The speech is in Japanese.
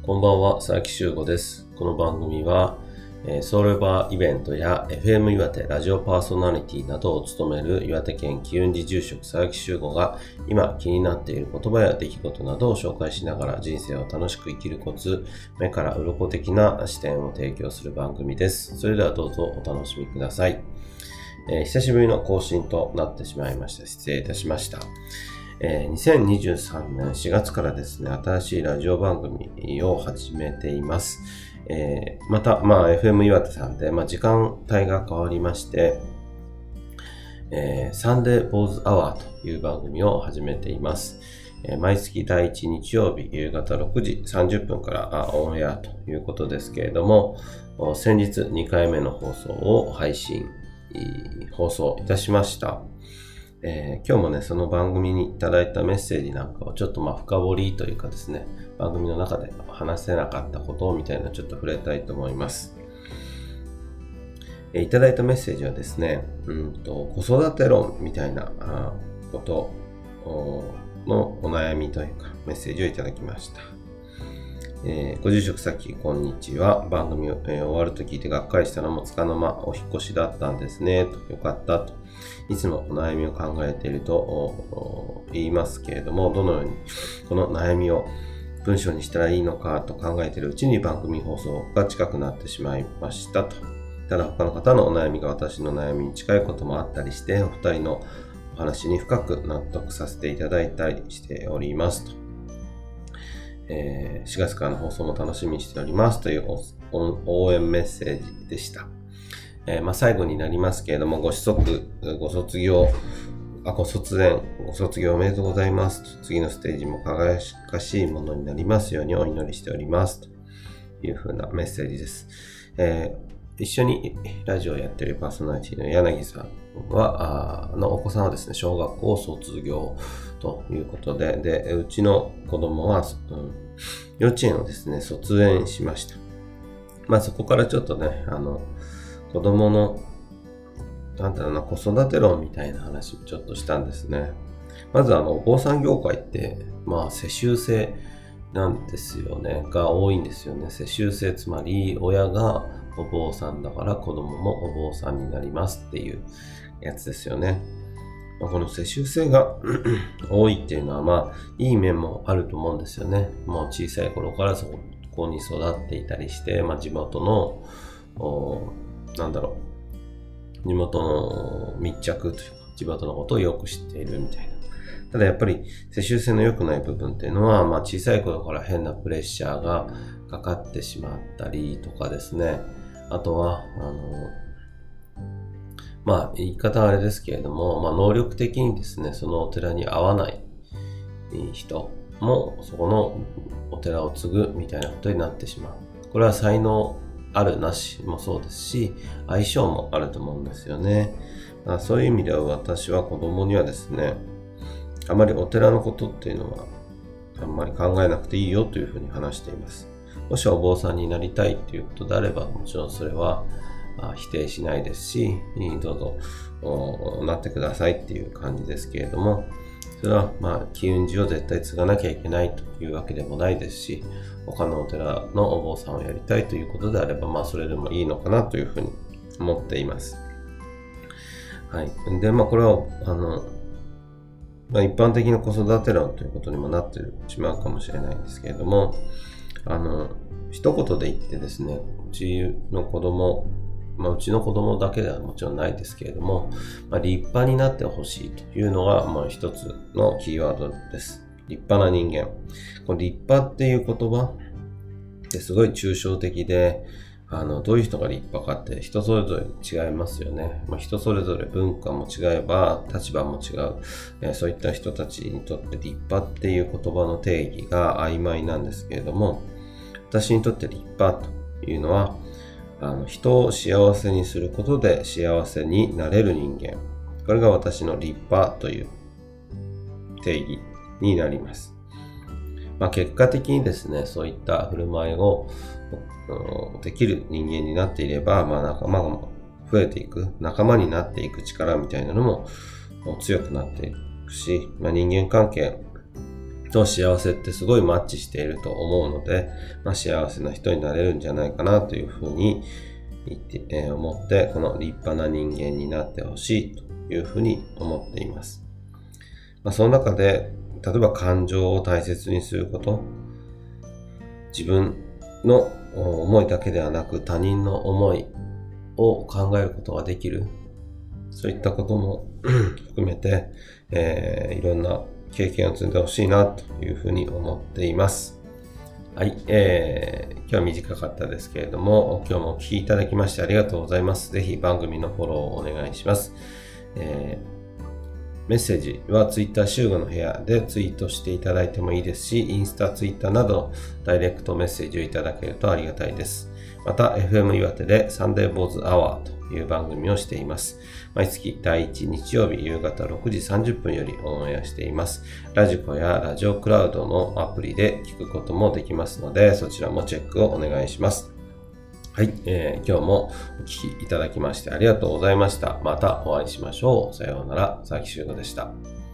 こんばんは、佐々木修吾です。この番組は、ソウルバーイベントや FM 岩手ラジオパーソナリティなどを務める岩手県機運寺住職佐々木修吾が今気になっている言葉や出来事などを紹介しながら人生を楽しく生きるコツ、目から鱗的な視点を提供する番組です。それではどうぞお楽しみください。久しぶりの更新となってしまいました。失礼いたしました。2023年4月からですね、新しいラジオ番組を始めています。また、FM 岩手さんで、時間帯が変わりまして、サンデーボーズアワーという番組を始めています。毎月第1日曜日夕方6時30分からオンエアということですけれども、先日2回目の放送を放送いたしました。今日もね、その番組にいただいたメッセージなんかをちょっと深掘りというかですね、番組の中で話せなかったことみたいなちょっと触れたいと思います。いただいたメッセージはですね、子育て論みたいなことのお悩みというかメッセージをいただきました。ご住職さっきこんにちは。番組を終わると聞いてがっかりしたのもつかの間お引越しだったんですね。よかったと。いつもお悩みを考えていると言いますけれども、どのようにこの悩みを文章にしたらいいのかと考えているうちに番組放送が近くなってしまいましたと。ただ他の方のお悩みが私の悩みに近いこともあったりして、お二人のお話に深く納得させていただいたりしておりますと。4月からの放送も楽しみにしておりますという応援メッセージでした。最後になりますけれども、ご卒業おめでとうございますと。次のステージも輝かしいものになりますようにお祈りしておりますというふうなメッセージです。一緒にラジオをやっているパーソナリティの柳さんのお子さんはですね、小学校卒業ということで、うちの子供は、幼稚園をですね、卒園しました。そこからちょっとね、子供の、子育て論みたいな話をちょっとしたんですね。まずお坊さん業界って、世襲制なんですよね、が多いんですよね。世襲制、つまり親がお坊さんだから子供もお坊さんになりますっていうやつですよね。この世襲制が多いっていうのはいい面もあると思うんですよね。もう小さい頃からそこに育っていたりして、地元の地元の密着というか、地元のことをよく知っているみたいな。ただやっぱり世襲制の良くない部分っていうのは、小さい頃から変なプレッシャーがかかってしまったりとかですね。あとは、言い方はあれですけれども、能力的にですね、そのお寺に合わない人も、そこのお寺を継ぐみたいなことになってしまう。これは才能あるなしもそうですし、相性もあると思うんですよね。そういう意味では私は子供にはですね、あまりお寺のことっていうのはあんまり考えなくていいよというふうに話しています。もしお坊さんになりたいということであれば、もちろんそれは否定しないですし、どうぞなってくださいっていう感じですけれども、それは機運寺を絶対継がなきゃいけないというわけでもないですし、他のお寺のお坊さんをやりたいということであれば、それでもいいのかなというふうに思っています。はい。で、これは一般的な子育て論ということにもなってしまうかもしれないんですけれども、一言で言ってですね、うちの子供だけではもちろんないですけれども、立派になってほしいというのが一つのキーワードです。立派な人間。この立派っていう言葉ってすごい抽象的で、どういう人が立派かって人それぞれ違いますよね。人それぞれ文化も違えば立場も違う、そういった人たちにとって立派っていう言葉の定義が曖昧なんですけれども、私にとって立派というのは人を幸せにすることで幸せになれる人間。これが私の立派という定義になります。結果的にですね、そういった振る舞いをできる人間になっていれば、仲間が増えていく、仲間になっていく力みたいなのも強くなっていくし、人間関係、 と幸せってすごいマッチしていると思うので、幸せな人になれるんじゃないかなというふうに思って、この立派な人間になってほしいというふうに思っています。その中で、例えば感情を大切にすること、自分の思いだけではなく他人の思いを考えることができる、そういったことも含めて、いろんな経験を積んでほしいなというふうに思っています。はい、今日は短かったですけれども、今日もお聞きいただきましてありがとうございます。ぜひ番組のフォローをお願いします。メッセージは Twitter 週5の部屋でツイートしていただいてもいいですし、インスタ、ツイッターなどダイレクトメッセージをいただけるとありがたいです。また FM 岩手でサンデーボーズアワーという番組をしています。毎月第1日曜日夕方6時30分よりオンエアしています。ラジコやラジオクラウドのアプリで聞くこともできますので、そちらもチェックをお願いします。はい、今日もお聞きいただきましてありがとうございました。またお会いしましょう。さようなら。佐々木修吾でした。